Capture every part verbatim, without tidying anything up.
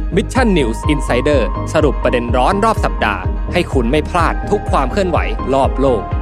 Mission News Insider สรุปประเด็นร้อนรอบสัปดาห์ให้คุณไม่พลาดทุกความเคลื่อนไหวรอบโลก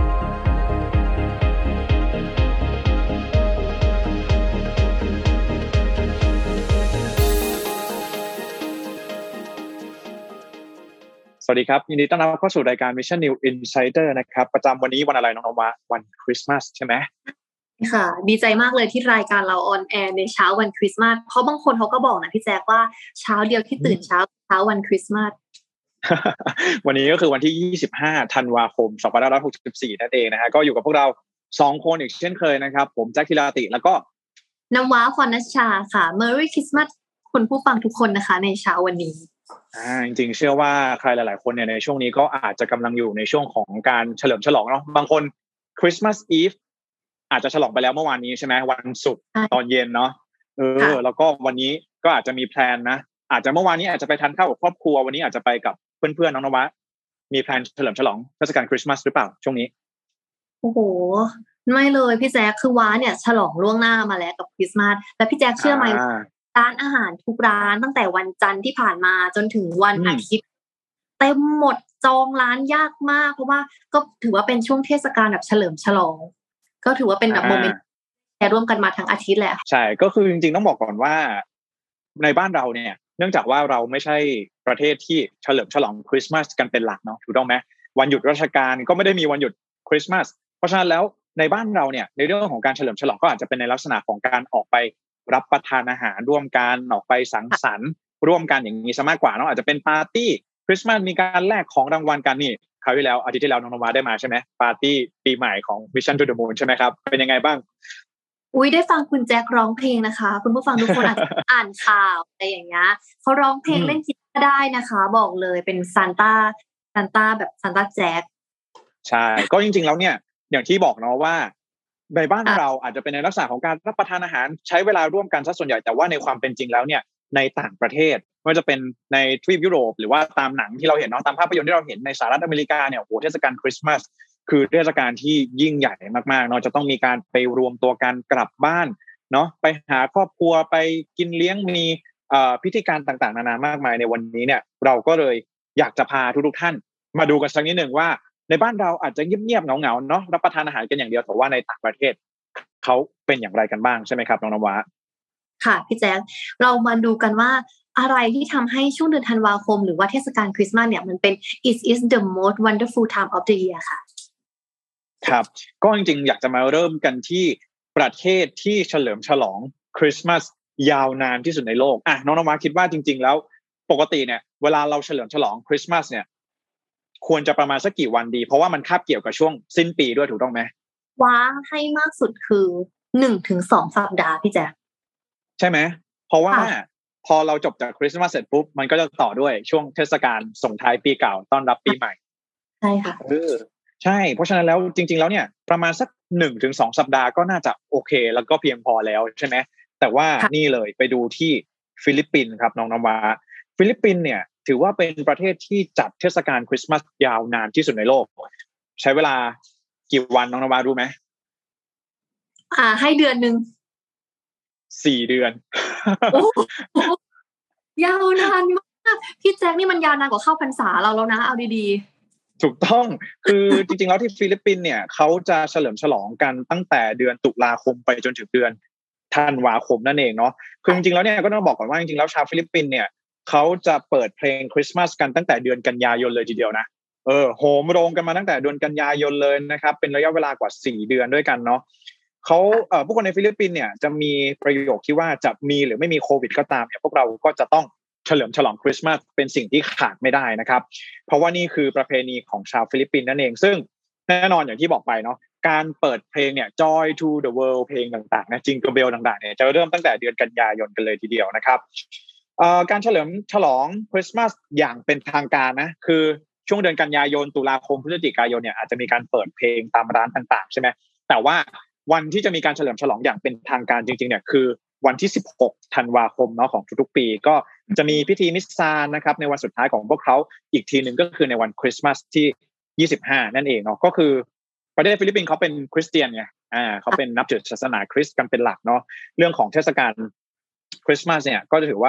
สวัสดีครับยินดีต้อนรับเข้าสู่รายการ Mission News Insider นะครับประจำวันนี้วันอะไรน้องนวะวันคริสต์มาสใช่ไหมค่ะดีใจมากเลยที่รายการเราออนแอร์ในเช้าวันคริสต์มาสเพราะบางคนเขาก็บอกนะพี่แจ๊คว่าเช้าเดียวที่ตื่นเช้าเช้าวันคริสต์มาสวันนี้ก็คือวันที่ยี่สิบห้าธันวาคมสองพันห้าร้อยหกสิบสี่นั่นเองนะฮะก็อยู่กับพวกเราสองคนอีกเช่นเคยนะครับผมแจ็คธีราติแล้วก็น้ำว้าพรณชาค่ะ Merry Christmas คุณผู้ฟังทุกคนนะคะในเช้าวันนี้อ่าจริงๆเชื่อว่าใครหลายๆคนเนี่ยในช่วงนี้ก็อาจจะกำลังอยู่ในช่วงของการเฉลิมฉลองเนาะบางคน Christmas Eve อาจจะฉลองไปแล้วเมื่อวานนี้ใช่ไหมวันศุกร์ตอนเย็นเนาะเออแล้วก็วันนี้ก็อาจจะมีแพลนนะอาจจะเมื่อวานนี้อาจจะไปทานข้าวกับครอบครัววันนี้อาจจะไปกับเพื่อนๆน้องนวะมีแพลนเฉลิมฉลองเทศกาลคริสต์มาสหรือเปล่าช่วงนี้โอ้โหไม่เลยพี่แจ๊คคือว้าเนี่ยฉลองล่วงหน้ามาแล้วกับคริสต์มาสแต่พี่แจ๊คเชื่อไหมร้านอาหารทุกร้านตั้งแต่วันจันทร์ที่ผ่านมาจนถึงวันอาทิตย์เต็มหมดจองร้านยากมากเพราะว่าก็ถือว่าเป็นช่วงเทศกาลแบบเฉลิมฉลองก็ถือว่าเป็นแบบโมเมนต์แชร์ร่วมกันมาทั้งอาทิตย์แหละใช่ก็คือจริงๆต้องบอกก่อนว่าในบ้านเราเนี่ยเนื่องจากว่าเราไม่ใช่ประเทศที่เฉลิมฉลองคริสต์มาสกันเป็นหลักเนาะถูกต้องไหมวันหยุดราชการก็ไม่ได้มีวันหยุดคริสต์มาสเพราะฉะนั้นแล้วในบ้านเราเนี่ยในเรื่องของการเฉลิมฉลองก็อาจจะเป็นในลักษณะของการออกไปรับประทานอาหารร่วมกันออกไปสังสรรค์ร่วมกันอย่างนี้ซะมากกว่าเนาะอาจจะเป็นปาร์ตี้คริสต์มาสมีการแลกของรางวัลกันนี่คราวที่แล้วอาทิตย์ที่แล้วน้องนวาได้มาใช่ไหมปาร์ตี้ปีใหม่ของ Mission to the Moon ใช่ไหมครับเป็นยังไงบ้างอุ้ยได้ฟังคุณแจ็คร้องเพลงนะคะคุณผู้ฟังทุกคนอาจจะอ่านข่าวอะไรอย่างเงี้ยเขาร้องเพลงเล่นกีตาร์ได้นะคะบอกเลยเป็นซานต้าซานต้าแบบซานต้าแจ็คใช่ก็จริงๆแล้วเนี่ยอย่างที่บอกเนาะว่าในบ้านเราอาจจะเป็นในลักษณะของการรับประทานอาหารใช้เวลาร่วมกันซะส่วนใหญ่แต่ว่าในความเป็นจริงแล้วเนี่ยในต่างประเทศไม่ว่าจะเป็นในทวีปยุโรปหรือว่าตามหนังที่เราเห็นเนาะตามภาพยนตร์ที่เราเห็นในสหรัฐอเมริกาเนี่ยโอ้โหเทศกาลคริสต์มาสคือเทศกาลที่ยิ่งใหญ่มากๆเนาะจะต้องมีการไปรวมตัวกันกลับบ้านเนาะไปหาครอบครัวไปกินเลี้ยงมีเอ่อพิธีการต่างๆนานามากมายในวันนี้เนี่ยเราก็เลยอยากจะพาทุกๆท่านมาดูกันสักนิดนึงว่าในบ้านเราอาจจะเงียบๆเหงาๆเนาะรับประทานอาหารกันอย่างเดียวแต่ว่าในต่างประเทศเขาเป็นอย่างไรกันบ้างใช่ไหมครับน้องนวะค่ะพี่แจ๊คเรามาดูกันว่าอะไรที่ทำให้ช่วงเดือนธันวาคมหรือว่าเทศกาลคริสต์มาสเนี่ยมันเป็น it is the most wonderful time of the year ค่ะครับก็จริงๆอยากจะมาเริ่มกันที่ประเทศที่เฉลิมฉลองคริสต์มาสยาวนานที่สุดในโลกอ่ะน้องนวะคิดว่าจริงๆแล้วปกติเนี่ยเวลาเราเฉลิมฉลองคริสต์มาสเนี่ยควรจะประมาณสักกี่วันดีเพราะว่ามันคาบเกี่ยวกับช่วงสิ้นปีด้วยถูกต้องไหมว้าให้มากสุดคือหนึ่งถึงสองสัปดาห์พี่แจ๊คใช่ไหมเพราะว่าพอเราจบจากคริสต์มาสเสร็จปุ๊บมันก็จะต่อด้วยช่วงเทศกาลส่งท้ายปีเก่าต้อนรับปีใหม่ใช่ค่ะเออใช่เพราะฉะนั้นแล้วจริงๆแล้วเนี่ยประมาณสักหนึ่งถึงสองสัปดาห์ก็น่าจะโอเคแล้วก็เพียงพอแล้วใช่ไหมแต่ว่านี่เลยไปดูที่ฟิลิปปินส์ครับน้องน้ำว้าฟิลิปปินส์เนี่ยถือว่าเป็นประเทศที่จัดเทศกาลคริสต์มาสยาวนานที่สุดในโลกใช้เวลากี่วันน้องน้ำว้ารู้ไหมอ่าให้เดือนนึงสี่เดือนโอ้ยาวนานมากพี่แจ็คนี่มันยาวนานกว่าเข้าพรรษาเราแล้วนะเอาดีๆถูกต้องคือจริงๆแล้วที่ฟิลิปปินส์เนี่ยเขาจะเฉลิมฉลองกันตั้งแต่เดือนตุลาคมไปจนถึงเดือนธันวาคมนั่นเองเนาะคือจริงๆแล้วเนี่ยก็ต้องบอกก่อนว่าจริงๆแล้วชาวฟิลิปปินส์เนี่ยเขาจะเปิดเพลงคริสต์มาสกันตั้งแต่เดือนกันยายนเลยทีเดียวนะเออโหมโรงกันมาตั้งแต่เดือนกันยายนเลยนะครับเป็นระยะเวลากว่าสี่เดือนด้วยกันเนาะเขาเอ่อผู้คนในฟิลิปปินส์เนี่ยจะมีประโยคที่ว่าจะมีหรือไม่มีโควิดก็ตามเนี่ยพวกเราก็จะต้องเฉลิมฉลองคริสต์มาสเป็นสิ่งที่ขาดไม่ได้นะครับเพราะว่านี่คือประเพณีของชาวฟิลิปปินส์นั่นเองซึ่งแน่นอนอย่างที่บอกไปเนาะการเปิดเพลงเนี่ย Joy to the World เพลงต่างๆนะ Jingle Bell ต่างๆเนี่ยจะเริ่มตั้งแต่เดือนกันยายนกันเลยทีเดียวนะครับเอ่อการเฉลิมฉลองคริสต์มาสอย่างเป็นทางการนะคือช่วงเดือนกันยายนตุลาคมพฤศจิกายนเนี่ยอาจจะมีการเปิดเพลงตามร้านต่างๆใช่ไหมแต่ว่าวันที่จะมีการเฉลิมฉลองอย่างเป็นทางการจริงๆเนี่ยคือวันที่สิบหกธันวาคมเนาะของทุกๆปีก็จะมีพิธีมิสซานะครับในวันสุดท้ายของพวกเขาอีกทีนึงก็คือในวันคริสต์มาสที่ยี่สิบห้านั่นเองเนาะก็คือประเทศฟิลิปปินส์เขาเป็นคริสเตียนไงอ่าเขาเป็นนับถือศาสนาคริสต์กันเป็นหลักเนาะเรื่องของเทศกาลคริสต์มาสเนี่ยก็จะถือว่า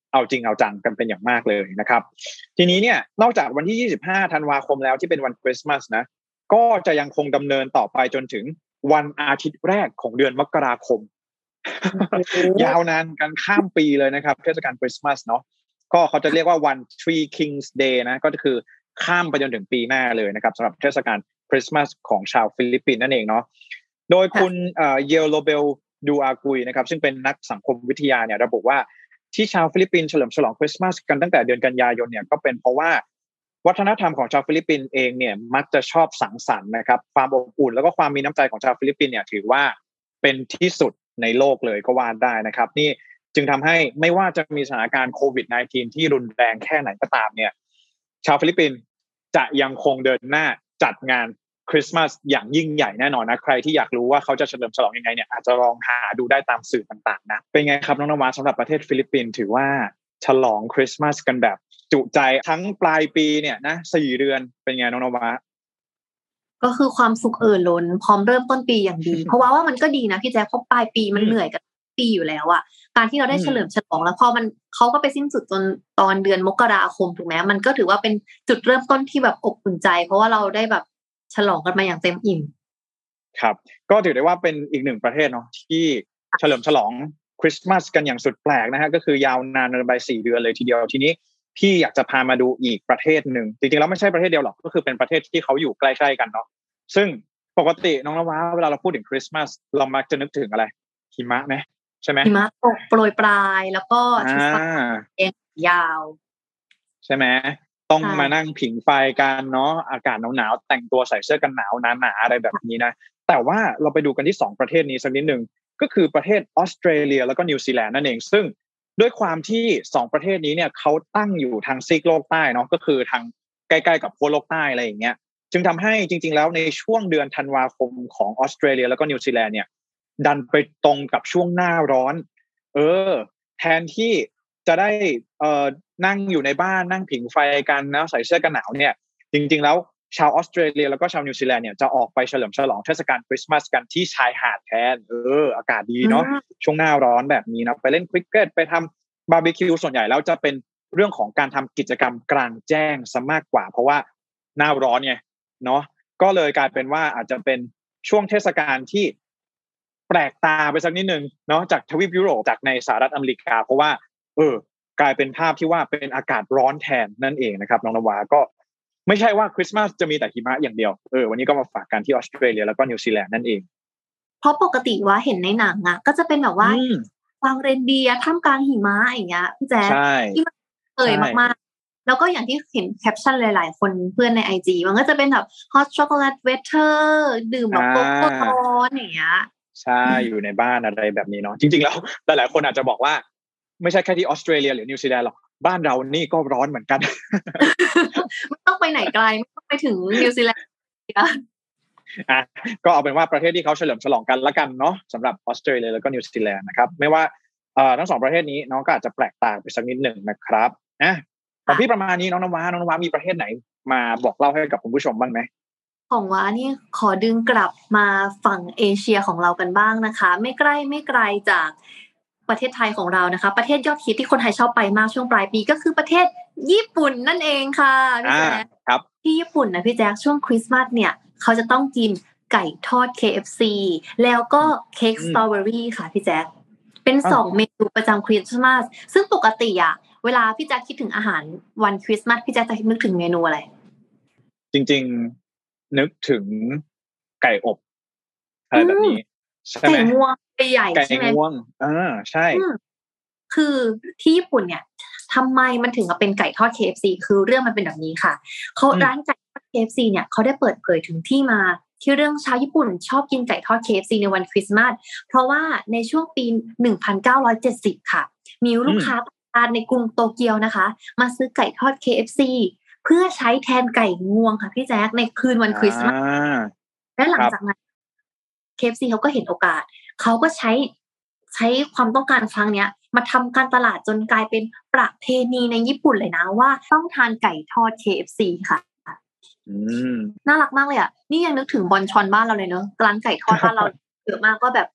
เอาจริงเอาจังกันเป็นอย่างมากเลยนะครับทีนี้เนี่ยนอกจากวันที่ยี่สิบห้าธันวาคมแล้วที่เป็นวันคริสต์มาสนะก็จะยังคงดำเนินต่อไปจนถึงวันอาทิตย์แรกของเดือนมกราคม ยาวนานกันข้ามปีเลยนะครับเทศกาลคริสต์มาสเนาะก็เขาจะเรียกว่าวัน Three Kings Day นะก็คือข้ามไปจนถึงปีหน้าเลยนะครับสำหรับเทศกาลคริสต์มาสของชาวฟิลิปปินส์นั่นเองเนาะโดยคุณเยลโลเบลดูอากุยนะครับซึ่งเป็นนักสังคมวิทยาเนี่ยระบุว่าที่ชาวฟิลิปปินส์เฉลิมฉลองคริสต์มาสกันตั้งแต่เดือนกันยายนเนี่ยก็เป็นเพราะว่าวัฒนธรรมของชาวฟิลิปปินส์เองเนี่ยมักจะชอบสังสรรค์นะครับความอบอุ่นแล้วก็ความมีน้ำใจของชาวฟิลิปปินส์เนี่ยถือว่าเป็นที่สุดในโลกเลยก็ว่าได้นะครับนี่จึงทำให้ไม่ว่าจะมีสถานการณ์โควิด สิบเก้า ที่รุนแรงแค่ไหนก็ตามเนี่ยชาวฟิลิปปินส์จะยังคงเดินหน้าจัดงานคริสต์มาสอย่างยิ่งใหญ่แน่นอนนะใครที่อยากรู้ว่าเขาจะเฉลิมฉลองยังไงเนี่ยอาจจะลองหาดูได้ตามสื่อต่างๆนะเป็นไงครับน้องนวาสำหรับประเทศฟิลิปปินส์ถือว่าฉลองคริสต์มาสกันแบบจุใจทั้งปลายปีเนี่ยนะสี่เดือนเป็นไงน้องนวาก็คือความสุขเอ่อล้นพร้อมเริ่มต้นปีอย่างดี เพราะว่าว่ามันก็ดีนะพี่แจ๊คเพราะปลายปีมันเหนื่อยกันปีอยู่แล้วอ่ะการที่เราได้เฉลิมฉลองแล้วพอมันเขาก็ไปสิ้นสุดจนตอนเดือนมกราคมถูกไหมมันก็ถือว่าเป็นจุดเริ่มต้นที่แบบอบอุ่นใจเพราะว่าเราได้แบบฉลองกันมาอย่างเต็มอิ่มครับก็ถือได้ว่าเป็นอีกหนึ่งประเทศเนาะที่เฉลิมฉลองคริสต์มาสกันอย่างสุดแปลกนะฮะก็คือยาวนานไปสี่เดือนเลยทีเดียวทีนี้พี่อยากจะพามาดูอีกประเทศหนึ่งจริงๆแล้วไม่ใช่ประเทศเดียวหรอกก็คือเป็นประเทศที่เขาอยู่ใกล้ๆกันเนาะซึ่งปกติน้องนวาเวลาเราพูดถึงคริสต์มาสเรามักจะนึกถึงอะไรหิมะไหมใช่ไหมหิมะตกโปรยปลายแล้วก็ชุดเองยาวใช่ไหมต้องมานั่งผิงไฟกันเนาะอากาศหนาวๆแต่งตัวใส่เสื้อกันหนาวหนาๆอะไรแบบนี้นะแต่ว่าเราไปดูกันที่สองประเทศนี้สักนิดนึงก็คือประเทศออสเตรเลียแล้วก็นิวซีแลนด์นั่นเองซึ่งด้วยความที่สองประเทศนี้เนี่ยเขาตั้งอยู่ทางซีกโลกใต้เนาะก็คือทางใกล้ๆกับขั้วโลกใต้อะไรอย่างเงี้ยจึงทำให้จริงๆแล้วในช่วงเดือนธันวาคมของออสเตรเลียแล้วก็นิวซีแลนด์เนี่ยดันไปตรงกับช่วงหน้าร้อนเออแทนที่จะได้เอ่อนั่งอยู่ในบ้านนั่งผิงไฟกันนะใส่เสื้อกันหนาวเนี่ยจริงๆแล้วชาวออสเตรเลียแล้วก็ชาวนิวซีแลนด์เนี่ยจะออกไปเฉลิมฉลองเทศกาลคริสต์มาสกันที่ชายหาดแทนเอออากาศดีเนาะช่วงหน้าร้อนแบบนี้นะไปเล่นคริกเก็ตไปทำบาร์บีคิวส่วนใหญ่แล้วจะเป็นเรื่องของการทำกิจกรรมกลางแจ้งซะมากกว่าเพราะว่าหน้าร้อนไงเนาะก็เลยกลายเป็นว่าอาจจะเป็นช่วงเทศกาลที่แปลกตาไปสักนิดนึงเนาะจากทวีปยุโรปจากในสหรัฐอเมริกาเพราะว่าเออกลายเป็นภาพที่ว่าเป็นอากาศร้อนแทนนั่นเองนะครับน้องนวาก็ไม่ใช่ว่าคริสต์มาสจะมีแต่หิมะอย่างเดียวเออวันนี้ก็มาฝากกันที่ออสเตรเลียแล้วก็นิวซีแลนด์นั่นเองเพราะปกติว่าเห็นในหนังอ่ะก็จะเป็นแบบว่าวางเรนเดียร์ท่ามกลางหิมะอย่างเงี้ยพี่แจ๊คที่มันเอ่ยมากๆแล้วก็อย่างที่เห็นแคปชั่นหลายๆคนเพื่อนใน ไอ จี มันก็จะเป็นแบบ hot chocolate weather ดื่มแบบโกโก้ร้อนอย่างเงี้ยใช่อยู่ในบ้านอะไรแบบนี้เนาะจริงๆแล้วหลายๆคนอาจจะบอกว่าไม่ใช่แค่ที่ออสเตรเลียหรือนิวซีแลนด์หรอกบ้านเรานี่ก็ร้อนเหมือนกันไม่ต้องไปไหนไกลไม่ต้องไปถึงนิวซีแลนด์อ่ะก็เอาเป็นว่าประเทศที่เขาเฉลิมฉลองกันละกันเนาะสำหรับออสเตรเลียแล้วก็นิวซีแลนด์นะครับไม่ว่าเอ่อทั้งสองประเทศนี้น้องก็อาจจะแปลกต่างไปสักนิดหนึ่งนะครับอ่ะของพี่ประมาณนี้น้องนวาน้องนวามีประเทศไหนมาบอกเล่าให้กับคุณผู้ชมบ้างไหมของว้านี่ขอดึงกลับมาฝั่งเอเชียของเรากันบ้างนะคะไม่ใกล้ไม่ไกลจากประเทศไทยของเรานะคะประเทศยอดฮิตที่คนไทยชอบไปมากช่วงปลายปีก็คือประเทศญี่ปุ่นนั่นเองค่ะพี่แจ๊คครับที่ญี่ปุ่นนะพี่แจ๊คช่วงคริสต์มาสเนี่ยเขาจะต้องกินไก่ทอด เค เอฟ ซี แล้วก็เค้กสตรอเบอรี่ค่ะพี่แจ๊คเป็นสองเมนูประจำคริสต์มาสซึ่งปกติอะเวลาพี่แจ๊คคิดถึงอาหารวันคริสต์มาสพี่แจ๊คจะนึกถึงเมนูอะไรจริงๆนึกถึงไก่อบอะไรแบบนี้ใช่ไหมไก่งวงใหญ่ใช่ไหมไก่งวงอ่าใช่คือที่ญี่ปุ่นเนี่ยทำไมมันถึงมาเป็นไก่ทอด เค เอฟ ซี คือเรื่องมันเป็นแบบนี้ค่ะเขาร้านไก่ทอด เค เอฟ ซี เนี่ยเขาได้เปิดเผยถึงที่มาที่เรื่องชาวญี่ปุ่นชอบกินไก่ทอด เค เอฟ ซี ในวันคริสต์มาสเพราะว่าในช่วงปีหนึ่งพันเก้าร้อยเจ็ดสิบค่ะมีลูกค้าในกรุงโตเกียวนะคะมาซื้อไก่ทอด เค เอฟ ซี เพื่อใช้แทนไก่งวงค่ะพี่แจ๊คในคืนวันคริสต์มาสและหลังจากนั้น เค เอฟ ซี เขาก็เห็นโอกาสเขาก็ใช้ใช้ความต้องการครั้งเนี้ยมาทำการตลาดจนกลายเป็นประเพณีในญี่ปุ่นเลยนะว่าต้องทานไก่ทอด เค เอฟ ซี ค่ะน่ารักมากเลยอ่ะนี่ยังนึกถึงบอนชอนบ้านเราเลยเนอะร้านไก่ทอดบ้านเราเยอะมากก็แบบ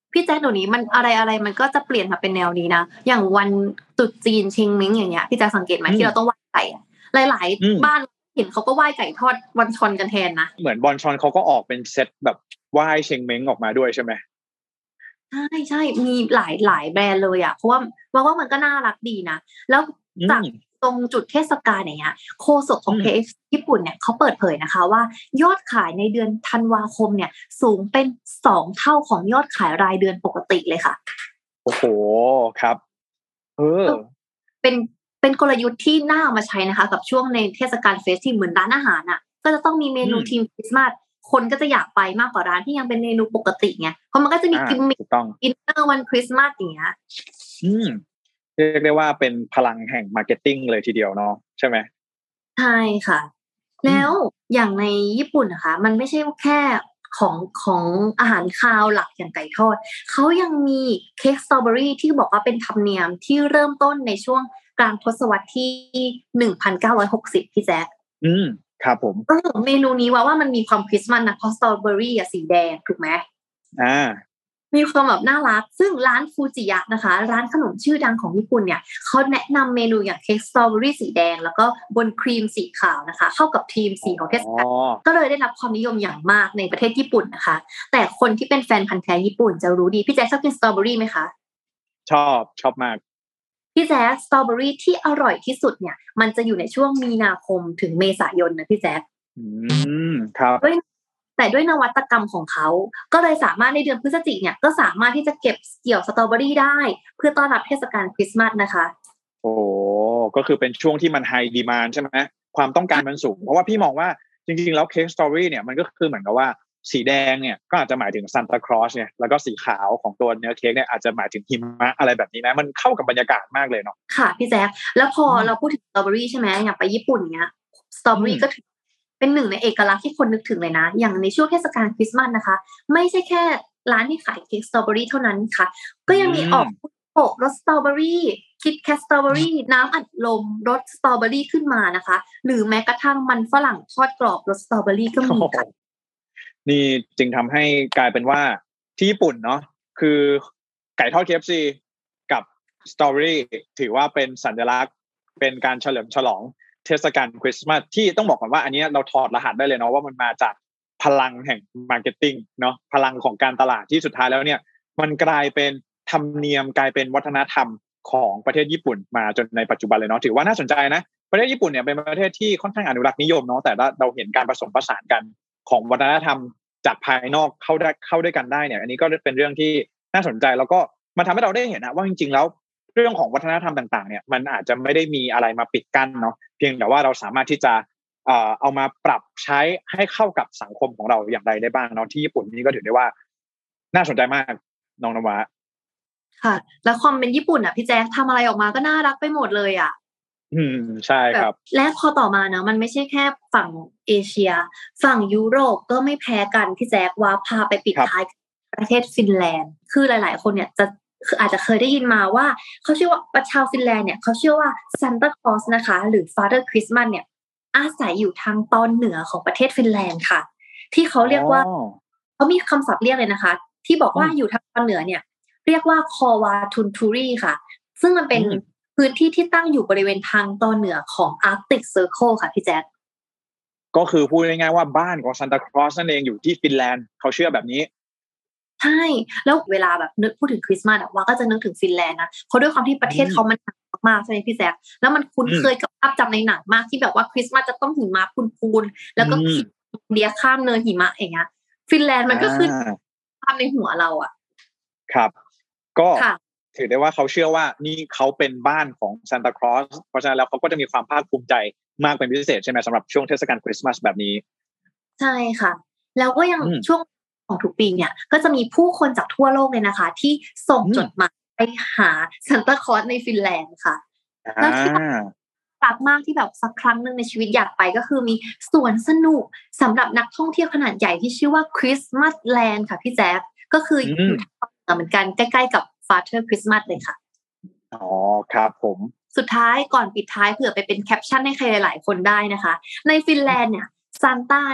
พี่แจ๊คเดี๋ยวนี้มันอะไรอะไรมันก็จะเปลี่ยนมาเป็นแนวนี้นะอย่างวันตรุษจีนเชงเม้งอย่างเงี้ยพี่แจ๊คสังเกตไหมที่เราต้องไหว้ไก่หลายๆบ้านเห็นเขาก็ไหว้ไก่ทอดวันชอนกันแทนนะเหมือนบอนชอนเขาก็ออกเป็นเซตแบบไหว้เชงเม้งออกมาด้วยใช่ไหมใช่ใช่มีหลายหลายแบรนด์เลยอ่ะเพราะว่าว่าว่ามันก็น่ารักดีนะแล้วจากตรงจุดเทศกาลอย่างเงี้ยโฆษกของ เค เอฟ ซี ญี่ปุ่นเนี่ยเขาเปิดเผยนะคะว่ายอดขายในเดือนธันวาคมเนี่ยสูงเป็นสองเท่าของยอดขายรายเดือนปกติเลยค่ะโอ้โหครับเออเป็นเป็นกลยุทธ์ที่น่าเอามาใช้นะคะกับช่วงในเทศกาลเฟสที่เหมือนร้านอาหารอ่ะก็จะต้องมีเมนูทีมคริสต์มาสคนก็จะอยากไปมากกว่าร้านที่ยังเป็นเมนูปกติไงเพราะมันก็จะมีกิมมิคอินเนอร์วันคริสต์มาสอย่างเงี้ยอืมเรียกได้ว่าเป็นพลังแห่งมาร์เก็ตติ้งเลยทีเดียวเนาะใช่ไหมใช่ค่ะแล้วอย่างในญี่ปุ่นนะคะมันไม่ใช่แค่ของของอาหารคาวหลักอย่างไก่ทอดเขายังมีเค้กสตรอเบอรี่ที่บอกว่าเป็นธรรมเนียมที่เริ่มต้นในช่วงกลางทศวรรษที่หนึ่งพันเก้าร้อยหกสิบพี่แจ๊คอืมครับผมเออเมนูนี้ว่าว่ามันมีความคริสต์มาสนะเพราะสตรอเบอรี่อ่ะสีแดงถูกไหมอ่ามีความแบบน่ารักซึ่งร้านฟูจิยะนะคะร้านขนมชื่อดังของญี่ปุ่นเนี่ยเขาแนะนำเมนูอย่างเค้กสตรอเบอรี่สีแดงแล้วก็บนครีมสีขาวนะคะเข้ากับทีมสีของเทศกาลก็เลยได้รับความนิยมอย่างมากในประเทศญี่ปุ่นนะคะแต่คนที่เป็นแฟนพันธุ์แท้ญี่ปุ่นจะรู้ดีพี่แจ๊คชอบกินสตรอเบอรี่ไหมคะชอบชอบมากพี่แจ๊คสตรอเบอรี่ที่อร่อยที่สุดเนี่ยมันจะอยู่ในช่วงมีนาคมถึงเมษายนนะพี่แจ๊คอืมครับแต่ด้วยนวัตกรรมของเขาก็เลยสามารถในเดือนพฤศจิกเนี่ยก็สามารถที่จะเก็บเกี่ยวสตรอเบอรี่ได้เพื่อต้อนรับเทศกาลคริสต์มาสนะคะโอ้ก็คือเป็นช่วงที่มันไฮดีมานด์ใช่ไหมความต้องการมันสูงเพราะว่าพี่มองว่าจริงๆแล้วเค้กสตรอเบอรี่เนี่ยมันก็คือเหมือนกับว่าสีแดงเนี่ยก็อาจจะหมายถึงซานตาคลอสเนี่ยแล้วก็สีขาวของตัวเนื้อเค้กเนี่ยอาจจะหมายถึงหิมะอะไรแบบนี้นะมันเข้ากับบรรยากาศมากเลยเนาะค่ะพี่แจ๊คแล้วพอเราพูดถึงสตรอเบอรี่ใช่ไหมอย่างไปญี่ปุ่นเนี้ยสตรอเบอรี่ก็ถือเป็นหนึ่งในเอกลักษณ์ที่คนนึกถึงเลยนะอย่างในช่วงเทศกาลคริสต์มาสนะคะไม่ใช่แค่ร้านที่ขายเค้กสตรอเบอรี่เท่านั้นค่ะก็ยังมีออกโปะรสสตรอเบอรี่คิดแคสสตรอเบอรี่น้ำอัดลมรสสตรอเบอรี่ขึ้นมานะคะหรือแม้กระทั่งมันฝรั่งทอดกรอบรสสตรอเบอรี่ก็มีค่ะนี่จึงทำให้กลายเป็นว่าที่ญี่ปุ่นเนาะคือไก่ทอด เค เอฟ ซี กับสตรอเบอรี่ถือว่าเป็นสัญลักษณ์เป็นการเฉลิมฉลองเทศกาลคริสต์มาสที่ต้องบอกก่อนว่าอันนี้เราถอดรหัสได้เลยเนาะว่ามันมาจากพลังแห่งมาร์เก็ตติ้งเนาะพลังของการตลาดที่สุดท้ายแล้วเนี่ยมันกลายเป็นธรรมเนียมกลายเป็นวัฒนธรรมของประเทศญี่ปุ่นมาจนในปัจจุบันเลยเนาะถือว่าน่าสนใจนะประเทศญี่ปุ่นเนี่ยเป็นประเทศที่ค่อนข้างอนุรักษ์นิยมเนาะแต่เราเห็นการผสมผสานกันของวัฒนธรรมจากภายนอกเข้าได้เข้าด้วยกันได้เนี่ยอันนี้ก็เป็นเรื่องที่น่าสนใจแล้วก็มันทำให้เราได้เห็นนะว่าจริงๆแล้วเรื่องของวัฒนธรรมต่างๆเนี่ยมันอาจจะไม่ได้มีอะไรมาปิดกั้นเนาะเพียงแต่ว่าเราสามารถที่จะเอ่อเอามาปรับใช้ให้เข้ากับสังคมของเราอย่างไรได้บ้างเนาะที่ญี่ปุ่นนี่ก็ถือได้ว่าน่าสนใจมากน้องนวะค่ะแล้วความเป็นญี่ปุ่นอ่ะพี่แจ๊คทำอะไรออกมาก็น่ารักไปหมดเลยอ่ะอืมใช่ครับและพอต่อมานะมันไม่ใช่แค่ฝั่งเอเชียฝั่งยุโรปก็ไม่แพ้กันพี่แจ๊คว่าพาไปปิดท้ายประเทศฟินแลนด์คือหลายๆคนเนี่ยจะคืออาจจะเคยได้ยินมาว่าเขาเชื่อว่าประชาฟินแลนด์เนี่ยเขาเชื่อว่าซานตาคลอสนะคะหรือ Father Christmas เนี่ยอาศัยอยู่ทางตอนเหนือของประเทศฟินแลนด์ค่ะที่เขาเรียกว่าเขามีคำศัพท์เรียกเลยนะคะที่บอกว่าอยู่ทางตอนเหนือเนี่ยเรียกว่าคอวาทุนทูรีค่ะซึ่งมันเป็นพื้นที่ที่ตั้งอยู่บริเวณทางตอนเหนือของ Arctic Circle ค่ะพี่แจ๊คก็คือพูดง่ายๆว่าบ้านของซานตาคลอสนั่นเองอยู่ที่ฟินแลนด์เขาเชื่อแบบนี้ใช่แล้วเวลาแบบนึกพูดถึงคริสต์มาสอ่ะว่าก็จะนึกถึงฟินแลนด์นะเพราะด้วยความที่ประเทศเขามันหนาวมากใช่ไหมพี่แจ๊คแล้วมันคุ้นเคยกับภาพจำในหนังมากที่แบบว่าคริสต์มาสจะต้องหิมะพูนๆแล้วก็ขี่เรือข้ามเนินหิมะอย่างเงี้ยฟินแลนด์มันก็คือภาพในหัวเราอ่ะครับก็ถือได้ว่าเขาเชื่อว่านี่เขาเป็นบ้านของซานตาคลอสเพราะฉะนั้นแล้วเขาก็จะมีความภาคภูมิใจมากเป็นพิเศษใช่ไหมสำหรับช่วงเทศกาลคริสต์มาสแบบนี้ใช่ค่ะแล้วก็ยังช่วงของทุกปีเนี่ยก็จะมีผู้คนจากทั่วโลกเลยนะคะที่ส่งจดหมายไปหาซานตาคลอสในฟินแลนด์ค่ะแล้วที่รักมากที่แบบสักครั้งหนึ่งในชีวิตอยากไปก็คือมีสวนสนุกสำหรับนักท่องเที่ยวขนาดใหญ่ที่ชื่อว่าคริสต์มาสแลนด์ค่ะพี่แจ๊คก็คืออยู่ทางเหมือนกันใกล้ๆกับ Father Christmas เลยค่ะอ๋อครับผมสุดท้ายก่อนปิดท้ายเผื่อไปเป็นแคปชั่นให้ใครหลายๆคนได้นะคะในฟินแลนด์เนี่ยซานต้าเนี่ย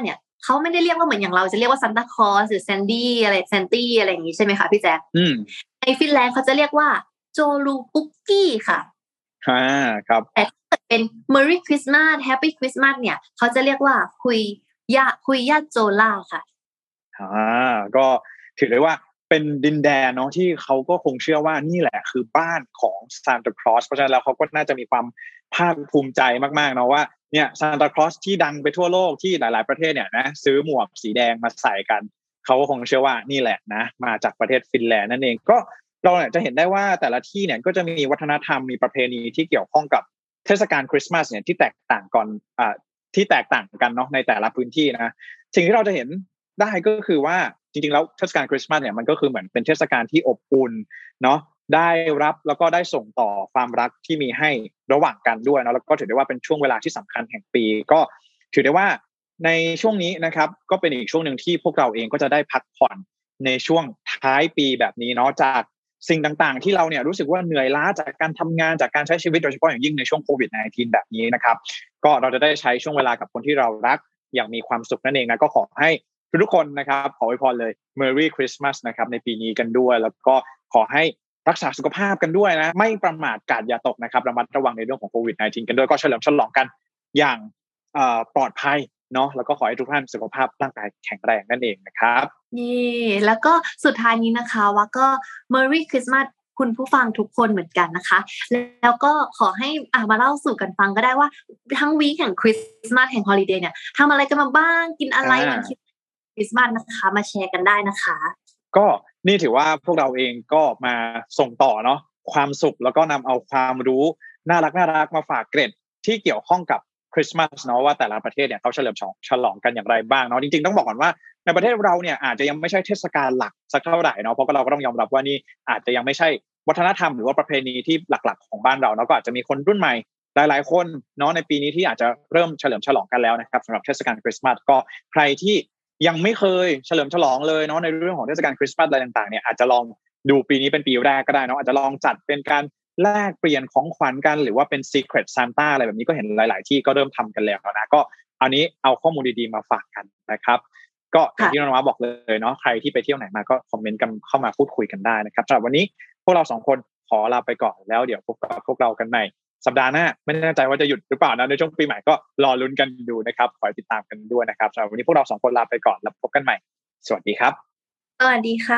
เขาไม่ได้เรียกว่าเหมือนอย่างเราจะเรียกว่าซานตาคลอสหรือแซนดี้อะไรแซนตี้อะไรอย่างนี้ใช่ไหมคะพี่แจ๊คในฟินแลนด์เขาจะเรียกว่าโจลูปุกกี้ค่ะอ่าครับแต่ถ้าเกิดเป็น Merry Christmas Happy Christmas เนี่ยเขาจะเรียกว่าคุยยะคุยยะโจล่าค่ะอ่าก็ถือได้ว่าเป็นดินแดนเนาะที่เขาก็คงเชื่อว่านี่แหละคือบ้านของซานตาคลอสเพราะฉะนั้นแล้วเขาก็น่าจะมีความภาคภูมิใจมากๆเนาะว่าเนี่ยซานตาคลอสที่ดังไปทั่วโลกที่หลายๆประเทศเนี่ยนะซื้อหมวกสีแดงมาใส่กันเขาก็คงเชื่อว่านี่แหละนะมาจากประเทศฟินแลนด์นั่นเองก็เราเนี่ยจะเห็นได้ว่าแต่ละที่เนี่ยก็จะมีวัฒนธรรมมีประเพณีที่เกี่ยวข้องกับเทศกาลคริสต์มาสเนี่ยที่แตกต่างกันอ่าที่แตกต่างกันเนาะในแต่ละพื้นที่นะสิ่งที่เราจะเห็นได้ก็คือว่าจริงๆแล้วเทศกาลคริสต์มาสเนี่ยมันก็คือเหมือนเป็นเทศกาลที่อบอุ่นเนาะได้รับแล้วก็ได้ส่งต่อความรักที่มีให้ระหว่างกันด้วยเนาะแล้วก็ถือได้ว่าเป็นช่วงเวลาที่สำคัญแห่งปีก็ถือได้ว่าในช่วงนี้นะครับก็เป็นอีกช่วงนึงที่พวกเราเองก็จะได้พักผ่อนในช่วงท้ายปีแบบนี้เนาะจากสิ่งต่างๆที่เราเนี่ยรู้สึกว่าเหนื่อยล้าจากการทำงานจากการใช้ชีวิตโดยเฉพาะอย่างยิ่งในช่วงโควิด สิบเก้า แบบนี้นะครับก็เราจะได้ใช้ช่วงเวลากับคนที่เรารักอย่างมีความสุขนั่นเองนะก็ขอให้ทุกคนนะครับขออวยพรเลย Merry Christmas นะครับในปีนี้กันด้วยแล้วก็ขอให้รักษาสุขภาพกันด้วยนะไม่ประมาทกาดอย่าตกนะครับระมัดระวังในเรื่องของโควิด สิบเก้า กันด้วยก็เฉลิมฉลองกันอย่างเอ่อปลอดภัยเนาะแล้วก็ขอให้ทุกท่านสุขภาพร่างกายแข็งแรงนั่นเองนะครับนี่แล้วก็สุดท้ายนี้นะคะว่าก็ Merry Christmas คุณผู้ฟังทุกคนเหมือนกันนะคะแล้วก็ขอให้อ่ะมาเล่าสู่กันฟังก็ได้ว่าทั้งวีคแห่งคริสต์มาสแห่งฮอลิเดย์เนี่ยทำอะไรกันมาบ้างกินอะไรวันคริสต์มาสนะคะมาแชร์กันได้นะคะก็นี่ถือว่าพวกเราเองก็มาส่งต่อเนาะความสุขแล้วก็นำเอาความรู้น่ารักน่ารักมาฝากเกร็ดที่เกี่ยวข้องกับคริสต์มาสเนาะว่าแต่ละประเทศเนี่ยเขาเฉลิมฉลองกันอย่างไรบ้างเนาะจริงๆต้องบอกก่อนว่าในประเทศเราเนี่ยอาจจะยังไม่ใช่เทศกาลหลักสักเท่าไหร่เนาะเพราะเราก็ต้องยอมรับว่านี่อาจจะยังไม่ใช่วัฒนธรรมหรือว่าประเพณีที่หลักๆของบ้านเราเนาะก็อาจจะมีคนรุ่นใหม่หลายๆคนเนาะในปีนี้ที่อาจจะเริ่มเฉลิมฉลองกันแล้วนะครับสำหรับเทศกาลคริสต์มาสก็ใครที่ยังไม่เคยเฉลิมฉลองเลยเนาะในเรื่องของเทศกาลคริสต์มาสอะไรต่างๆเนี่ยอาจจะลองดูปีนี้เป็นปีแรกก็ได้เนาะอาจจะลองจัดเป็นการแลกเปลี่ยนของขวัญกันหรือว่าเป็น Secret Santa อะไรแบบนี้ก็เห็นหลายๆที่ก็เริ่มทำกันแล้วนะก็อันนี้เอาข้อมูลดีๆมาฝากกันนะครับก็อย่างที่น้องว้าบอกเลยเนาะใครที่ไปเที่ยวไหนมาก็คอมเมนต์กันเข้ามาพูดคุยกันได้นะครับสำหรับวันนี้พวกเราสองคนขอลาไปก่อนแล้วเดี๋ยวพบกับพวกเรากันใหม่สัปดาห์หน้าไม่แน่ใจว่าจะหยุดหรือเปล่านะในช่วงปีใหม่ก็รอลุ้นกันดูนะครับขอติดตามกันด้วยนะครับสำหรับวันนี้พวกเราสองคนลาไปก่อนแล้วพบกันใหม่สวัสดีครับสวัสดีค่ะ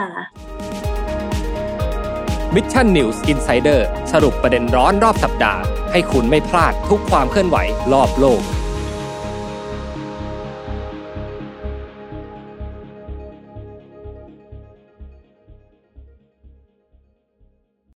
Mission News Insider สรุปประเด็นร้อนรอบสัปดาห์ให้คุณไม่พลาดทุกความเคลื่อนไหวรอบโลก